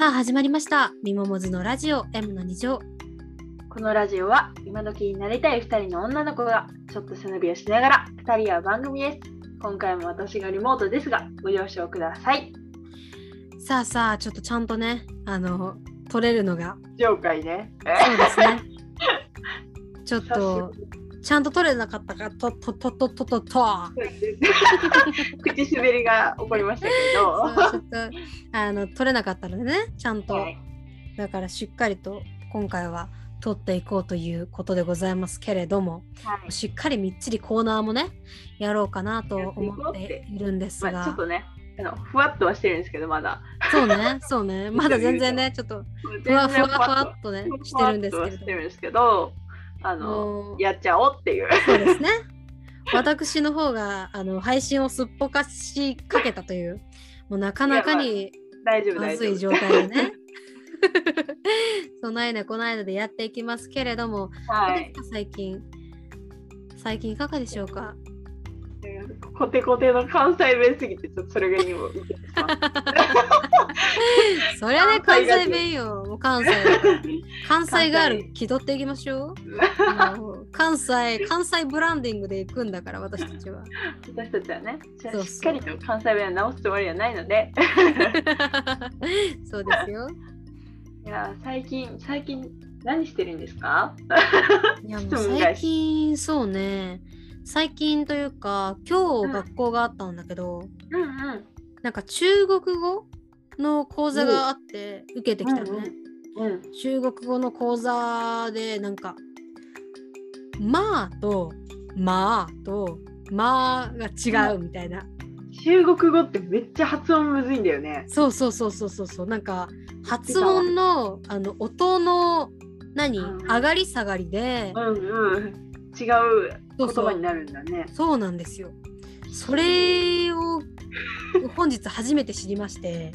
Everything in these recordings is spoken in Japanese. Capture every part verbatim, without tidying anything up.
さあ始まりました。みももずのラジオ M のに乗。 このラジオは今時になりたいふたりの女の子がちょっと背伸びをしながらふたりは番組です。今回も私がリモートですがご了承ください。 さあさあちょっとちゃんとねあの撮れるのが了解ね。 そうですねちょっとちゃんと撮れなかったかととととととと口滑りが起こりましたけどそうちょっとあの撮れなかったのでねちゃんと、はい、だからしっかりと今回は撮っていこうということでございますけれども、はい、しっかりみっちりコーナーもねやろうかなと思っているんですが、 まあ、ちょっとねあのふわっとはしてるんですけどまだそうねそうねまだ全然ねちょっとふわふわふわっとねしてるんですけどしてるんですけどあのやっちゃおうっていうそうですね私の方があの配信をすっぽかしかけたというもうなかなかにまずい状態でねその間この間でやっていきますけれども、はい、どうですか最近最近いかがでしょうか。 コテコテの関西弁すぎてちょっとそれがにも受けてしまったそれで関西弁よもう関西関西ガール気取っていきましょうもう関西関西ブランディングで行くんだから私たちは私たちはねそうそうしっかりと関西弁を直すつもりはないのでそうですよ。 いや最近最近何してるんですか。 いやもう最近そうね最近というか今日学校があったんだけど、 うんうんうん、 なんか中国語の講座があって受けてきたのね、 うんうんうん、 中国語の講座でなんかまあとまあとまあが違うみたいな、うん、 中国語ってめっちゃ発音むずいんだよね。 そうそうそうそうそうそうなんか発音のあの音の何、うん、上がり下がりで、 うんうん、違う言葉になるんだね。 そうそう、そうなんですよ。それを本日初めて知りまして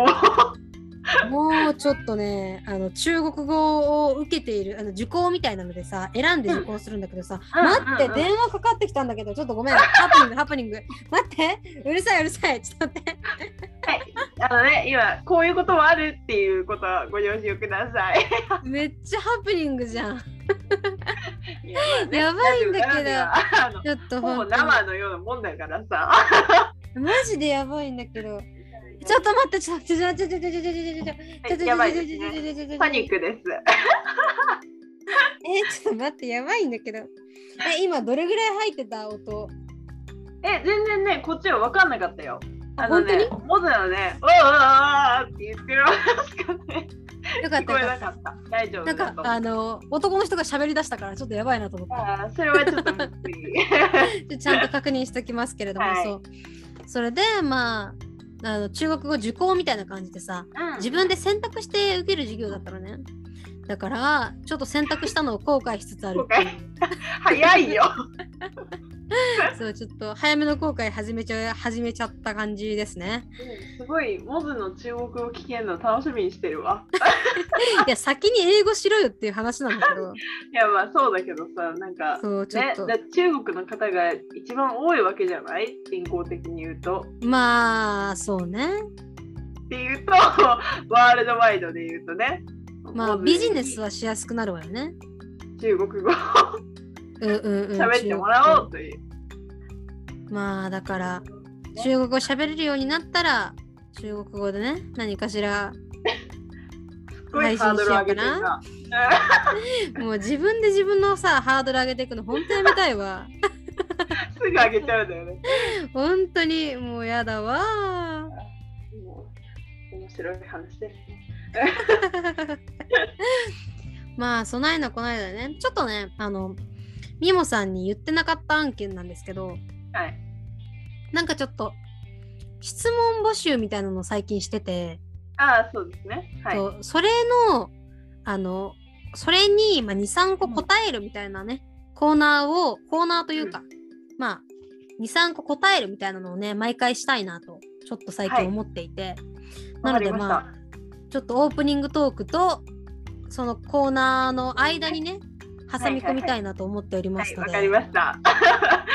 もうちょっとねあの中国語を受けているあの受講みたいなのでさ選んで受講するんだけどさ、うん、待って、うんうんうん、電話かかってきたんだけどちょっとごめんハプニングハプニング待ってうるさいうるさいちょっと待ってはいあのね今こういうこともあるっていうことはご了承くださいめっちゃハプニングじゃんや, まあね、やばいんだけどちょっとほぼ生のようなもんだからさマジでやばいんだけどちょっと待ってちょっとちょっとちょっとちょっとちょっとちょっとやばいですねパニックですえちょっと待ってやばいんだけどえ今どれぐらい入ってた音。 え全然ねこっちは分かんなかったよ。 あのね本当にモズのねうわーって言ってますかね。 よかったよかった。大丈夫だと。 なんかあの男の人が喋り出したからちょっとやばいなと思って。 あそれはちょっとむずいちゃんと確認しておきますけれども、はい、そうそれでまああの中国語受講みたいな感じでさ、うん、自分で選択して受ける授業だったのね。だからちょっと選択したのを後悔しつつある早いよそうちょっと早めの後悔始めちゃ始めちゃった感じですね、 うん、すごいモズの中国語聞けるの楽しみにしてるわいや先に英語しろよっていう話なんだけどいやまあそうだけどさなんかそうちょっと、 ね、中国の方が一番多いわけじゃない人口的に言うとまあそうねっていうとワールドワイドで言うとねまあビジネスはしやすくなるわよね中国語うんうんうん喋ってもらおうというまあだから中国語喋れるようになったら中国語でね何かしら配信しようかなもう自分で自分のさハードル上げていくの本当やめたいわすぐ上げちゃうんだよね本当にもうやだわもう面白い話ですまあそないのこないだねちょっとねあのみもさんに言ってなかった案件なんですけど、 はい、 なんかちょっと質問募集みたいなのを最近しててああそうですね、はい、 そうそれのあのそれに、まあ、にさんこ答えるみたいなね、うん、コーナーをコーナーというか、うん、まあにさんこ答えるみたいなのをね毎回したいなとちょっと最近思っていて、はい、なのでまあちょっとオープニングトークとそのコーナーの間にね挟み込みたいなと思っておりますので、 わかりました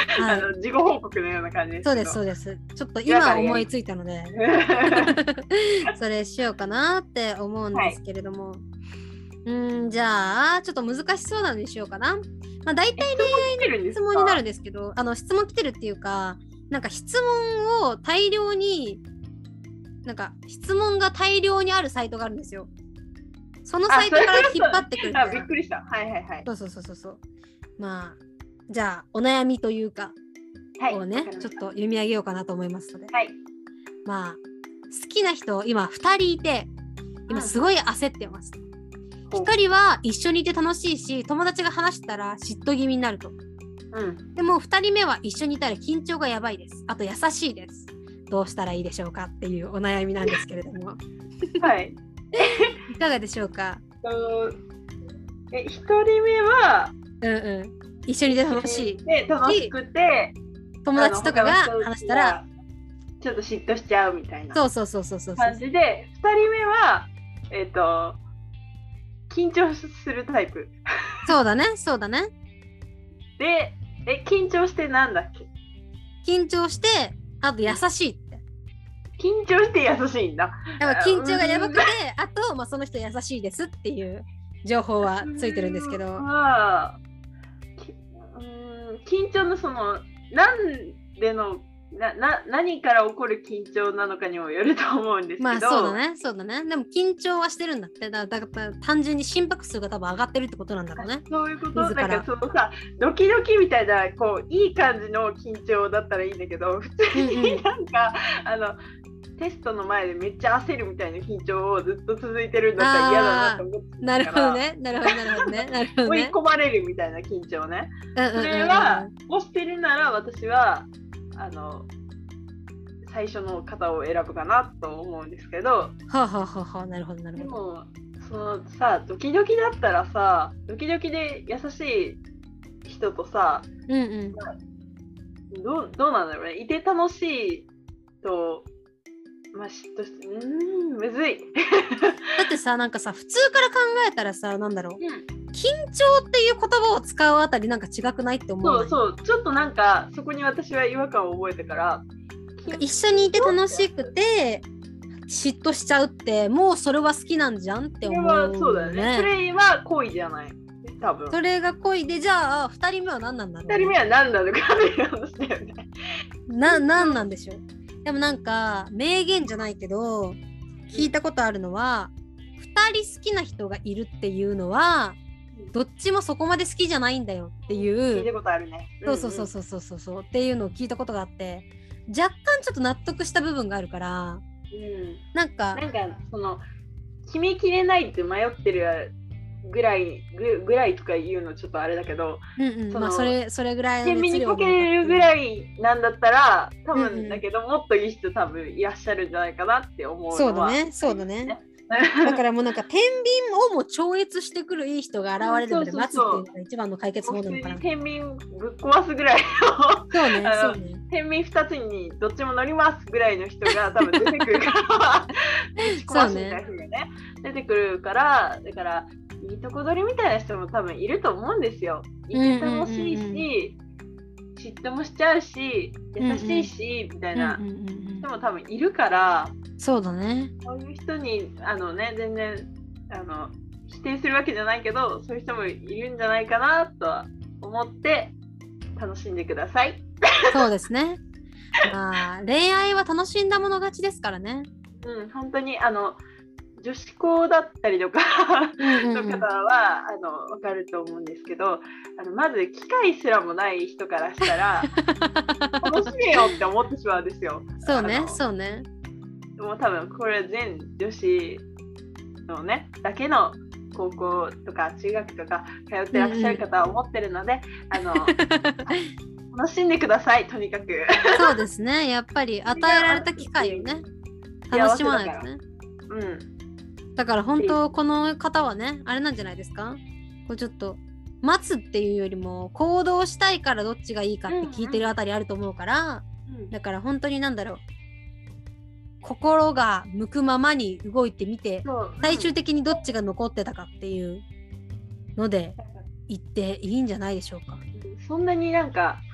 はい、 あの自己報告のような感じですけど。 そうですそうです。ちょっと今思いついたのでそれしようかなって思うんですけれども、はい、うーんじゃあちょっと難しそうなのにしようかな。まあ大体恋愛の質問になるんですけど、あの質問来てるっていうか、なんか質問を大量になんか質問が大量にあるサイトがあるんですよ。そのサイトから引っ張ってくるみたいな。 あ、びっくりした。はいはいはい。 そうそうそうそう。まあじゃあお悩みというか、はい、をねちょっと読み上げようかなと思いますので。 はい。 まあ好きな人今ふたりいて、今すごい焦ってます。ひとりは一緒にいて楽しいし、友達が話したら嫉妬気味になると。うん、でもふたりめは一緒にいたら緊張がやばいです。あと優しいです。どうしたらいいでしょうかっていうお悩みなんですけれどもはいいかがでしょうか。 えひとりめは、 うんうん、一緒にいて楽しいで楽しくて友達とかが話したらちょっと嫉妬しちゃうみたいなそうそうそうそうそう感じで、ふたりめはえっ、ー、と緊張するタイプそうだねそうだね。 でえ緊張してなんだっけ。 緊張してあと優しいって。 緊張して優しいんだ。 やっぱ緊張がやばくて、あと、まあ、その人優しいですっていう情報はついてるんですけど。 まあ、うん緊張のそのなんでのなな何から起こる緊張なのかにもよると思うんですけど。 まあそうだねそうだね。でも緊張はしてるんだって。だから、だから単純に心拍数が多分上がってるってことなんだろうね。 そういうこと。なんかそのさドキドキみたいなこういい感じの緊張だったらいいんだけど、普通になんか、うんうん、あのテストの前でめっちゃ焦るみたいな緊張をずっと続いてるんだったら嫌だなと思ってたから。なるほどねなるほどなるほどねなるほどね。追い込まれるみたいな緊張ね。うんうんうんうん、それはをしてるなら私はあの最初の方を選ぶかなと思うんですけど。はあ、はあははあ、なるほどなるほど。 でもそのさドキドキだったらさドキドキで優しい人とさ、うんうん、どうどうなんだろうね。いて楽しいとまあ、嫉妬してうーんむずいだってさなんかさ普通から考えたらさなんだろう、うん、緊張っていう言葉を使うあたりなんか違くないって思う。 そうそうちょっとなんかそこに私は違和感を覚えてから一緒にいて楽しくて嫉妬しちゃうってもうそれは好きなんじゃんって思う、ね、 それはそうだよね。それは恋じゃない多分。 それが恋でじゃあふたりめは何なんだろう、ね、 ふたりめは何なのかって話だよね。 な何なんでしょう。でもなんか名言じゃないけど聞いたことあるのは、ふたり好きな人がいるっていうのはどっちもそこまで好きじゃないんだよっていう。 聞いたことあるね。 そうそうそうそうそうそうっていうのを聞いたことがあって若干ちょっと納得した部分があるから、うん、なんかなんかその決めきれないって迷ってるぐらい ぐ, ぐらいとか言うのちょっとあれだけど、 うんうん、そのまあそれそれぐらいの熱量にかけれるぐらいなんだったら多分だけど、うんうん、もっといい人多分いらっしゃるんじゃないかなって思うのは。 そうだねそうだねだからもうなんか天秤をも超越してくるいい人が現れるまで待つっていうのが一番の解決法なのかな。 天秤ぶっ壊すぐらいのそうねそうね天秤ふたつにどっちも乗りますぐらいの人が多分出てくるからそうねね出てくるからだからいいとこ取りみたいな人も多分いると思うんですよ。いて楽しいし、嫉妬もしちゃうし優しいし、うんうん、みたいな人も多分いるから、 そうだね。 そういう人にあのね全然あの否定するわけじゃないけどそういう人もいるんじゃないかなとは思って楽しんでください。 そうですね。まあ恋愛は楽しんだもの勝ちですからね。 うん本当にあの女子校だったりとかの方はあの分かると思うんですけどあのまず機会すらもない人からしたら楽しめよって思ってしまうんですよ。 そうねそうね。 もう多分これ全女子のねだけの高校とか中学とか通ってらっしゃる方は思ってるので、うんうん、あの楽しんでくださいとにかく。 そうですねやっぱり与えられた機会をね楽しまないとね。うんだから本当この方はねあれなんじゃないですか。こうちょっと待つっていうよりも行動したいからどっちがいいかって聞いてるあたりあると思うから、うんうん、だから本当になんだろう心が向くままに動いてみて、うん、最終的にどっちが残ってたかっていうので言っていいんじゃないでしょうか。 そんなになんか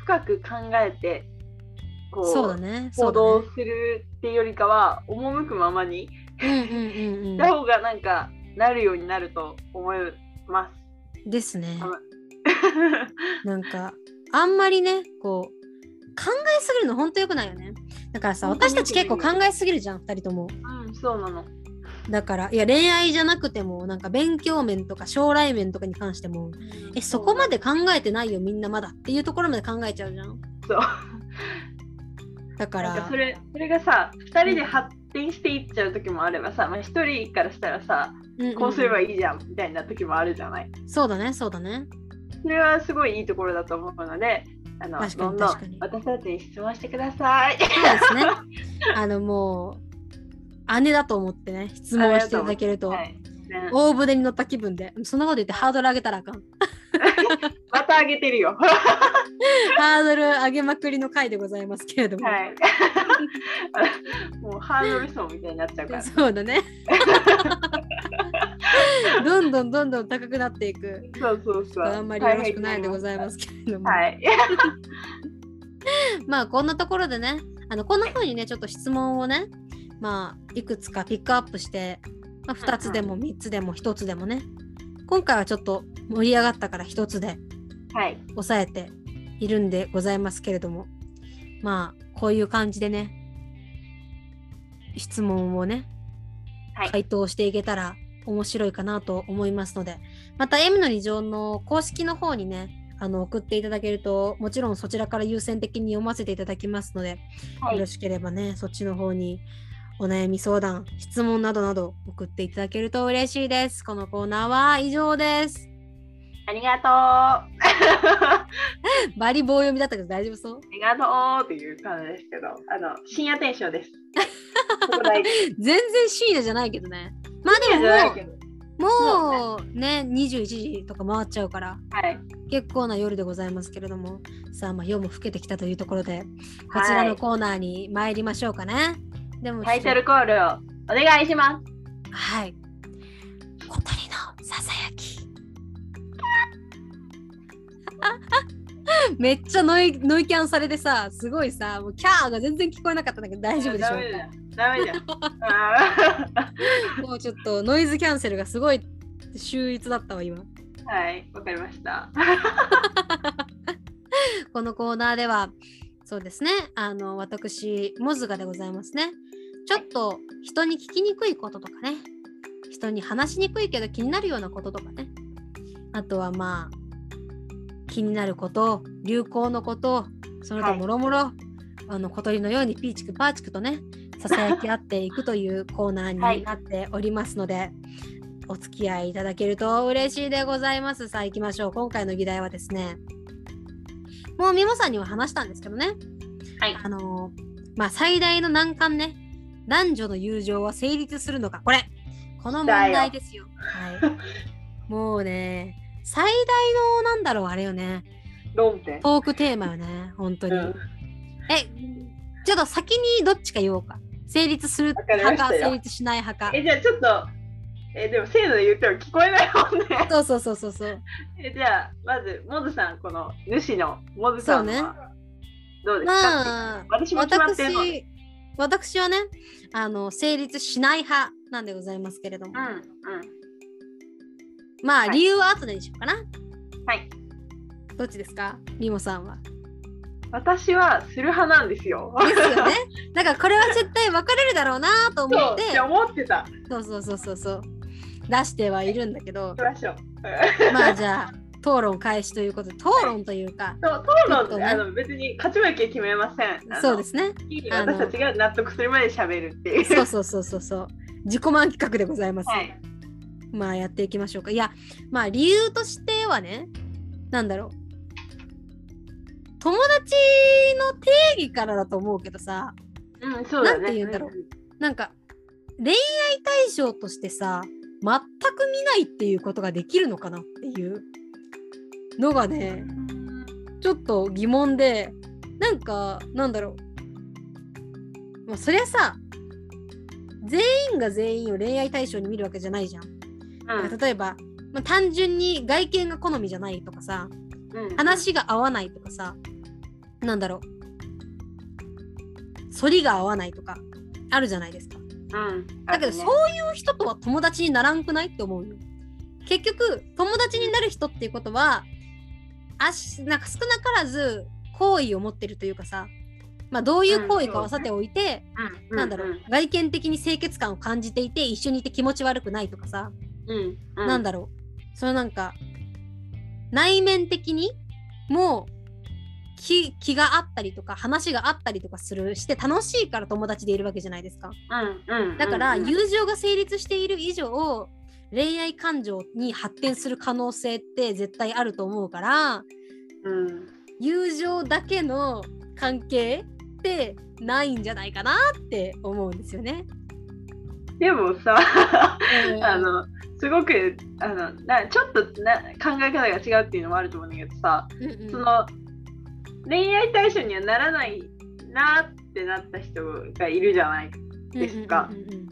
深く考えてこうそうだね、 行動するっていうよりかは、赴くままにうんうんうんうんした方がなんかなるようになると思います。 ですね。なんかあんまりねこう考えすぎるの本当良くないよね。だからさ、私たち結構考えすぎるじゃん、ふたりとも。 うん、そうなの。 だからいや恋愛じゃなくてもなんか勉強面とか将来面とかに関しても、うん、えそこまで考えてないよみんなまだっていうところまで考えちゃうじゃん。 そうだからなんかそれそれがさふたりで発展していっちゃう時もあればさ、まあ、ひとりからしたらさ、うんうん、こうすればいいじゃんみたいな時もあるじゃない。 そうだねそうだね。 それはすごいいいところだと思うので、あのどんどん私たちに質問してください。 そうですね。あのもう姉だと思ってね質問していただけると、はいね、大船に乗った気分で、そんなこと言ってハードル上げたらあかん。 また上げてるよ。 ハードル上げまくりの回でございますけれども、はい、 もうハードル層みたいになっちゃうから。 そうだね。どんどんどんどん高くなっていく。 そうそうそう。 あんまりよろしくないんでございますけれども。 はい。 まあこんなところでね、あのこんな風にねちょっと質問をね、まあいくつかピックアップして、まあ、ふたつでもみっつでもひとつでもね、今回はちょっと盛り上がったからひとつで抑えているんでございますけれども、はい、まあこういう感じでね質問をね、はい、回答していけたら面白いかなと思いますので、また M のに乗の公式の方にねあの送っていただけるともちろんそちらから優先的に読ませていただきますので、はい、よろしければねそっちの方にお悩み相談質問などなど送っていただけると嬉しいです。このコーナーは以上です。 ありがとうバリ棒読みだったけど大丈夫そう？ ありがとうっていう感じですけど、あの深夜テンションです。 全然深夜じゃないけどね。まあでももう ね, ねにじゅういちじとか回っちゃうから、はい、結構な夜でございますけれども、さあまあ夜も更けてきたというところでこちらのコーナーに参りましょうかね。はい、でもタイトルコールをお願いします。 はい。小鳥のささやき。めっちゃノイノイキャンされてさ、すごいさ、もうキャーが全然聞こえなかったんだけど大丈夫でしょうか？ ダメだよ。 もうちょっとノイズキャンセルがすごい秀逸だったわ今。 はい、わかりました。 このコーナーではそうですね、あの私モズガでございますね。ちょっと人に聞きにくいこととかね、人に話しにくいけど気になるようなこととかね、あとはまあ気になること、流行のこと、その他もろもろあの小鳥のようにピーチクパーチクとねささやき合っていくというコーナーになっておりますので、はい、お付き合いいただけると嬉しいでございます。さあ行きましょう。今回の議題はですね、もうみもさんには話したんですけどね、はい、あのまあ最大の難関ね、男女の友情は成立するのか、これこの問題ですよ。はい、もうね最大のなんだろうあれよね、 論点トークテーマよね本当に、うん、えちょっと先にどっちか言おうか。成立する派か成立しない派か。 えじゃあちょっとえでもせーので言っても聞こえないもんね。 そうそうそうそうそうえじゃあまずモズさん、この主のモズさんはどうですか？ まあ、 私も決まってるので。 私はねあの成立しない派なんでございますけれども、うんうん、まあ、はい、理由は後でにしようかな。 はい。 どっちですかリモさんは？ 私はする派なんですよ。 ですよね。だからこれは絶対分かれるだろうなと思ってそう思ってた。 そうそうそうそうそう出してはいるんだけど、 ましょうまあじゃあ討論開始ということで、討論というか、 はい、討論って、ね、あの別に勝ち負け決めません。 そうですね。 私たちが納得するまで喋るっていう。 そうそうそうそうそう自己満企画でございます。はい、まあやっていきましょうか。いやまあ理由としてはね、なんだろう、友達の定義からだと思うけどさ、 うん、そうだね、 なんて言うんだろう、なんか恋愛対象としてさ全く見ないっていうことができるのかなっていうのがねちょっと疑問で、なんかなんだろう、まあ、そりゃさ全員が全員を恋愛対象に見るわけじゃないじゃん、うん、例えば、まあ、単純に外見が好みじゃないとかさ、うん、話が合わないとかさ、 なんだろう、反りが合わないとかあるじゃないですか。 うん、 だけど、ね、そういう人とは友達にならんくないって思うよ。結局友達になる人っていうことはあしなんか少なからず好意を持ってるというかさ、まあどういう行為かはさておいて、うん、なんだろう、うん、外見的に清潔感を感じていて一緒にいて気持ち悪くないとかさ、うんうん、なんだろう、そのなんか内面的にもう 気, 気があったりとか話があったりとかするして楽しいから友達でいるわけじゃないですか、うんうん、だから友情が成立している以上恋愛感情に発展する可能性って絶対あると思うから、うん、友情だけの関係ってないんじゃないかなって思うんですよね。 でもさ、うん、あのすごくあのなちょっとな考え方が違うっていうのもあると思うんだけどさ、うんうん、その恋愛対象にはならないなってなった人がいるじゃないですか。うんうんうんうん、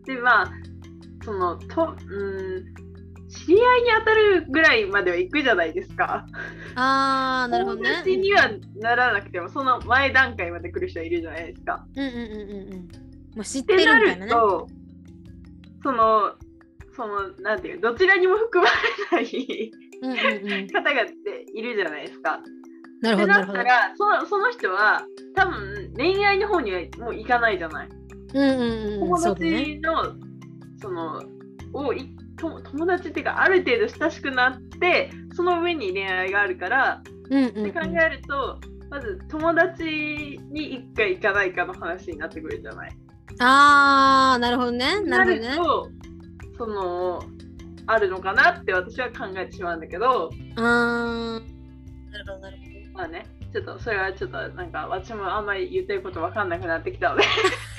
でまあそのとうん知り合いに当たるぐらいまでは行くじゃないですか。 あー、なるほどね。 友達にはならなくてもその前段階まで来る人はいるじゃないですか。 うんうんうんうんうん。もう知ってるみたいなね。ってなるとそのそのなんていうどちらにも含まれないうんうん、うん、方がっているじゃないですか。 なるほどなるほど。 だったらそのその人は多分恋愛の方にはもう行かないじゃない。 うんうんうん。 友達のそのをいと友達っていうかある程度親しくなってその上に恋愛があるから、うんうんうん、って考えるとまず友達に一回行かないかの話になってくるじゃない。 あー、なるほどね。なるほどね。 なるとそのあるのかなって私は考えてしまうんだけど。 あー、なるほどなるほど。 まあね、ちょっとそれはちょっとなんか私もあんまり言ってること分かんなくなってきたので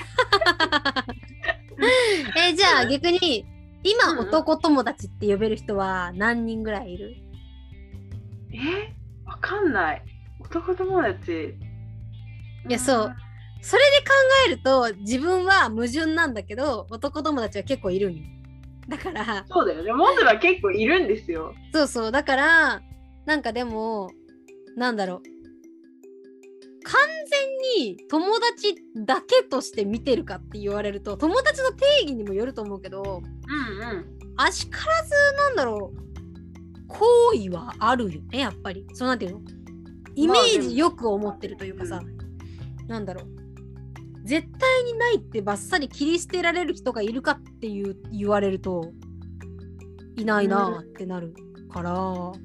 えじゃあ逆に今、うん、男友達って呼べる人は何人ぐらいいる？ え分かんない。男友達いやそうそれで考えると自分は矛盾なんだけど男友達は結構いるんよ。だからそうだよね。モズは結構いるんですよ。 そうそうだからなんかでもなんだろう完全に友達だけとして見てるかって言われると友達の定義にもよると思うけど、うんうん、あしからずなんだろう好意はあるよねやっぱり。そうなんていうのイメージよく思ってるというかさ、まあうん、なんだろう絶対にないってバッサリ切り捨てられる人がいるかっていう言われるといないなってなるから、うん、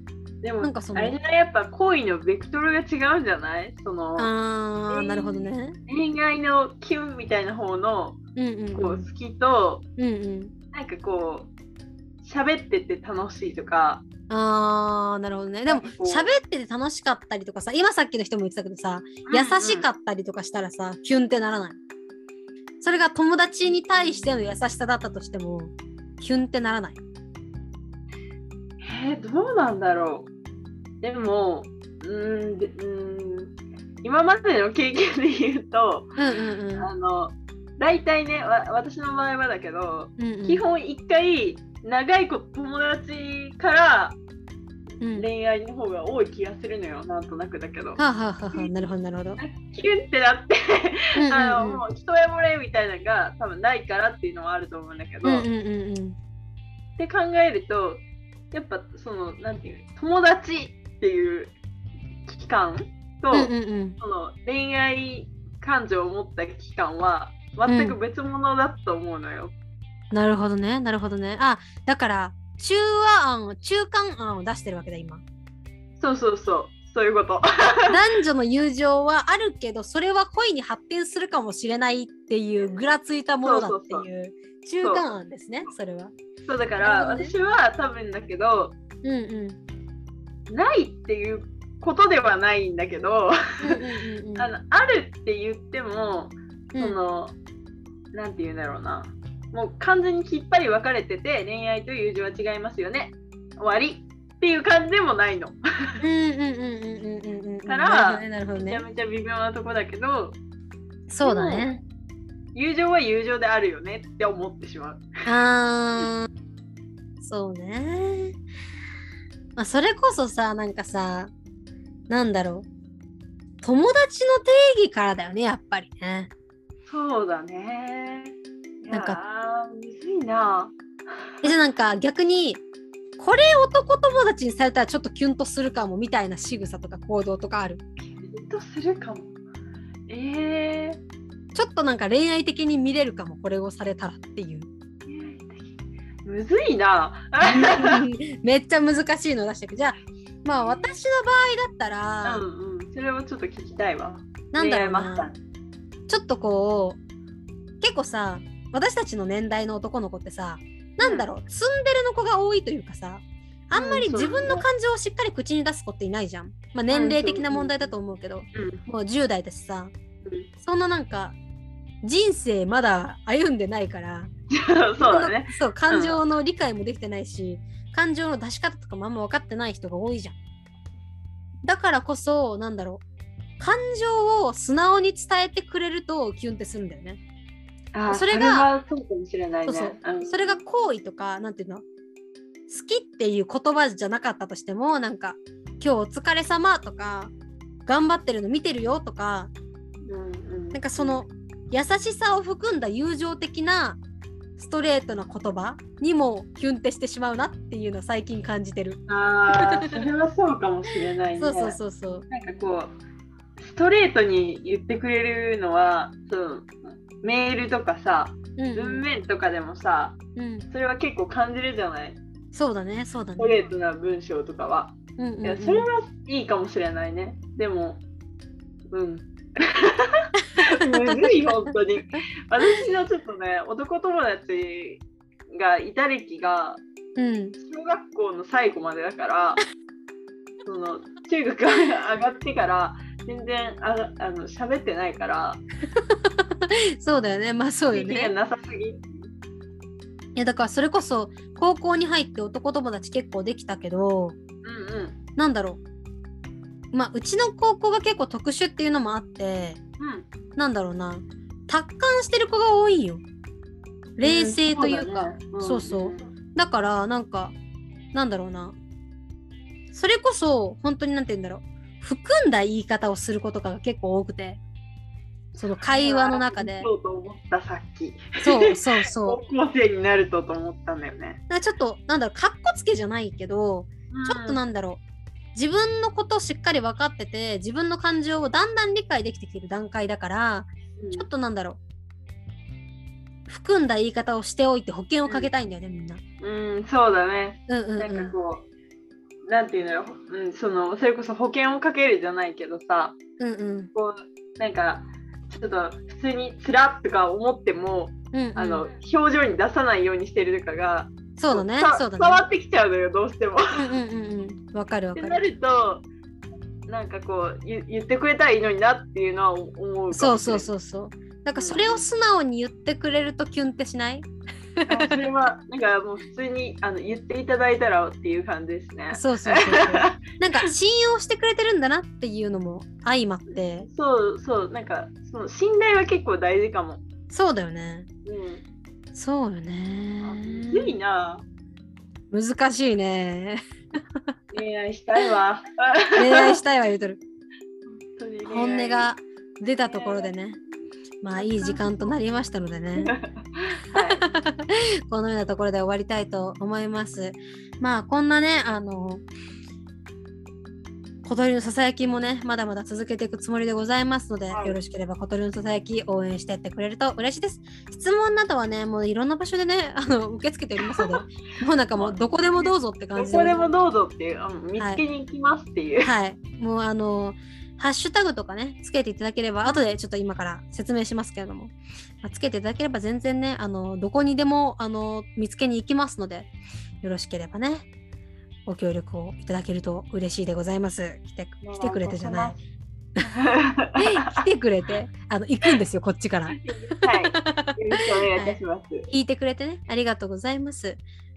でもなんかそのあれじゃないやっぱ好意のベクトルが違うんじゃない。そのあーなるほどね。 恋愛のキュンみたいな方の、うんうんうん、こう好きと、うんうん、なんかこう喋ってて楽しいとか。 あーなるほどね。でも喋ってて楽しかったりとかさ今さっきの人も言ってたけどさ、うんうん、優しかったりとかしたらさキュンってならない？それが友達に対しての優しさだったとしてもキュンってならない？ えー、どうなんだろう。でもうーんでうーん今までの経験で言うと、うんうんうん、あの大体ねわ私の場合はだけど、うんうん、基本一回長いこと友達から恋愛の方が多い気がするのよ、うん、なんとなくだけど。はあ、はあはあ、なるほどなるほど。 キュンってなってうんうん、うん、あのもう一目惚れみたいなのが多分ないからっていうのはあると思うんだけど、うんうんうんうん、って考えるとやっぱそのなんていう友達っていう期間と、うんうんうん、その恋愛感情を持った期間は全く別物だと思うのよ。 うん、なるほどねなるほどね。あだから中和案中間案を出してるわけだ今。 そうそうそうそういうこと男女の友情はあるけどそれは恋に発展するかもしれないっていうぐらついたものだっていう中間案ですね。 そ, それはそうだから、ね、私は多分だけど、うんうん、ないっていうことではないんだけどうんうんうん、うん、あのあるって言ってもその、うん、なんて言うんだろうなもう完全にきっぱり分かれてて恋愛と友情は違いますよね終わりっていう感じでもないのからめちゃめちゃ微妙なとこだけどそうだね友情は友情であるよねって思ってしまう。 あーそうね、まあ、それこそさなんかさなんだろう友達の定義からだよね、やっぱりね。 そうだね。 なんかむずいな。 えじゃあなんか逆にこれ男友達にされたらちょっとキュンとするかもみたいな仕草とか行動とかある？ キュンとするかも。えー、 ちょっとなんか恋愛的に見れるかも、これをされたらっていう。 むずいな。 めっちゃ難しいの出してく。じゃあまあ私の場合だったら、 うんうん、それもちょっと聞きたいわ。 なんだろうな、ちょっとこう結構さ、私たちの年代の男の子ってさ、なんだろう、うん、ツンデレの子が多いというかさ、あんまり自分の感情をしっかり口に出す子っていないじゃん。まあ年齢的な問題だと思うけど、うん、もうじゅう代だしさ、うん、そんななんか人生まだ歩んでないからそうだね。 そう、感情の理解もできてないし、うん、感情の出し方とかもあんま分かってない人が多いじゃん。だからこそなんだろう、感情を素直に伝えてくれるとキュンってするんだよね。 あ、それがそうかもしれないね。 そうそう、うん、それが好意とかなんていうの、好きっていう言葉じゃなかったとしても、なんか今日お疲れ様とか頑張ってるの見てるよとか、うんうん、なんかその優しさを含んだ友情的なストレートな言葉にもキュンってしてしまうなっていうのを最近感じてる。 ああ、それはそうかもしれないね。 そうそうそうそう。 なんかこうストレートに言ってくれるのは、そうメールとかさ、うんうん、文面とかでもさ、うん、それは結構感じるじゃない。 そうだね、そうだね。 ストレートな文章とかは、うんうんうん、いやそれはいいかもしれないね。でも、うんむずい本当に。私のちょっとね、男友達がいた歴が小学校の最後までだから、うん、その中学が上がってから全然ああの喋ってないからそうだよね、まあそうよね。 なさすぎ。いやだからそれこそ高校に入って男友達結構できたけど、うんうん、なんだろう、まあうちの高校が結構特殊っていうのもあって、うん、なんだろうな、達観してる子が多いよ。冷静というか、うん、そうそう、うん、だからなんかなんだろうな、それこそ本当になんて言うんだろう、含んだ言い方をすることが結構多くて、その会話の中で。 そうと思ったさっき。 そうそうそう。 高校生になるとと思ったんだよね。 だからちょっとなんだろう、かっこつけじゃないけど、うん、ちょっとなんだろう、自分のことをしっかり分かってて、自分の感情をだんだん理解できてきてる段階だから、うん、ちょっとなんだろう、含んだ言い方をしておいて保険をかけたいんだよね、うん、みんな。 うん、そうだね。 うんうんうん、 なんかこう、なんていうのよ、うん、そのそれこそ保険をかけるじゃないけどさ、うんうん、こうなんかちょっと普通につらっとか思っても、うんうん、あの表情に出さないようにしてるとかが、 そうだね、そうだね、 伝わってきちゃうのよ、どうしても。 うんうんうんうん、わかるわかる。 ってなると、なんかこう言ってくれたらいいのになっていうのは思うかもしれない。 そうそうそうそう。なんかそれを素直に言ってくれるとキュンってしない？ あ、それはなんかもう普通にあの言っていただいたらっていう感じですね。 そうそうそうそう。なんか信用してくれてるんだなっていうのも相まって。 そうそう、なんかその信頼は結構大事かも。 そうだよね。 うん。 そうよね。 むずいな。 難しいね。 恋愛したいわ。 恋愛したいわ言うとる。本音が出たところでね。まあいい時間となりましたのでね、はい、このようなところで終わりたいと思います。まあこんなね、あの小鳥のささやきもねまだまだ続けていくつもりでございますので、はい、よろしければ小鳥のささやき応援してってくれると嬉しいです。質問などはねもういろんな場所でねあの受け付けておりますのでもうなんかもうどこでもどうぞって感じで、 どこでもどうぞっていう、見つけに行きますっていう、 はい、はい、もうあのハッシュタグとかねつけていただければ、後でちょっと今から説明しますけれども、まあ、つけていただければ全然ねあのどこにでもあの見つけに行きますので、よろしければねご協力をいただけると嬉しいでございます。来て来てくれてじゃない来てくれてあの行くんですよこっちからはい、よろしくお願いいたします、はい、聞いてくれてねありがとうございます。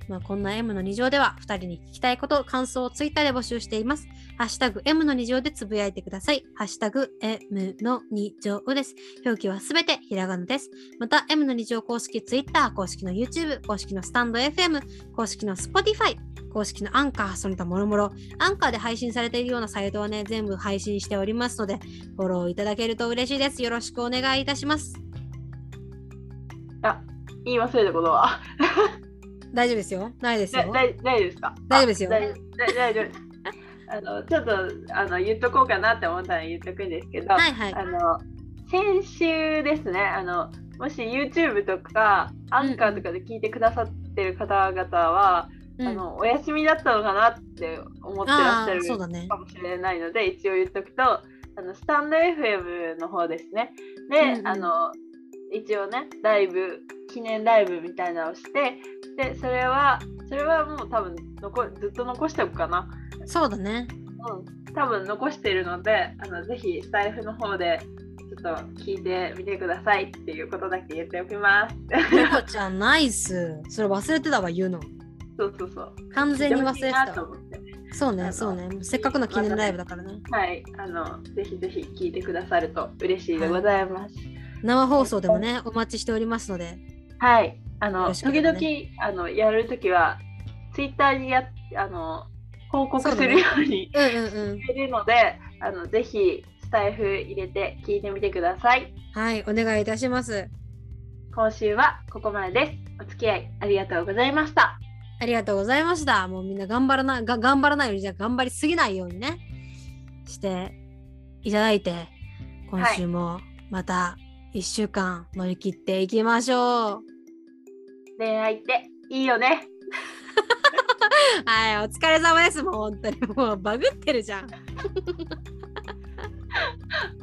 まあ、こんな M のに乗ではふたりに聞きたいこと、感想をツイッターで募集しています。ハッシュタグ M のに乗でつぶやいてください。ハッシュタグ M のに乗です。表記はすべてひらがなです。また M のに乗公式ツイッター、公式の YouTube、公式のスタンド エフエム、公式の Spotify、公式のアンカー、その他もろもろ、アンカーで配信されているようなサイトはね、全部配信しておりますので、フォローいただけると嬉しいです。よろしくお願いいたします。 あ、言い忘れたことは大丈夫ですよ。ないですよ。 大丈夫ですか？ 大丈夫ですよ。 大丈夫です。あのちょっとあの言っとこうかなって思ったら言っとくんですけど、 はいはい、 あの先週ですね、あのもし YouTube とかアンカーとかで聞いてくださってる方々は、うん、あのお休みだったのかなって思ってらっしゃるかもしれないので、ね、一応言っとくと、あのスタンド エフエム の方ですね。で、うんうん、あの一応ねライブ記念ライブみたいなのをして、でそれはそれはもう多分残ずっと残しておくかな。 そうだね。 うん、多分残しているので、あのぜひスタイフの方でちょっと聞いてみてくださいっていうことだけ言っておきます。 ペコちゃんナイス。それ忘れてたわ言うの。 そうそうそう。 完全に忘れてた。そうねそうね。せっかくの記念ライブだからね。 はい、あのぜひぜひ聞いてくださると嬉しいでございます。はい、 生放送でもねお待ちしておりますので。 はい。あの、ね、時々あのやるときはツイッターにやあの報告するようにしているので、あのぜひスタイフ入れて聞いてみてください。 はい、お願いいたします。 今週はここまでです。お付き合いありがとうございました。 ありがとうございました。もうみんな頑張らなが頑張らないようにじゃ頑張りすぎないようにねしていただいて、今週もまたいっしゅうかん乗り切っていきましょう。 恋愛っていいよね。 はい、お疲れ様です。もう本当にもうバグってるじゃん。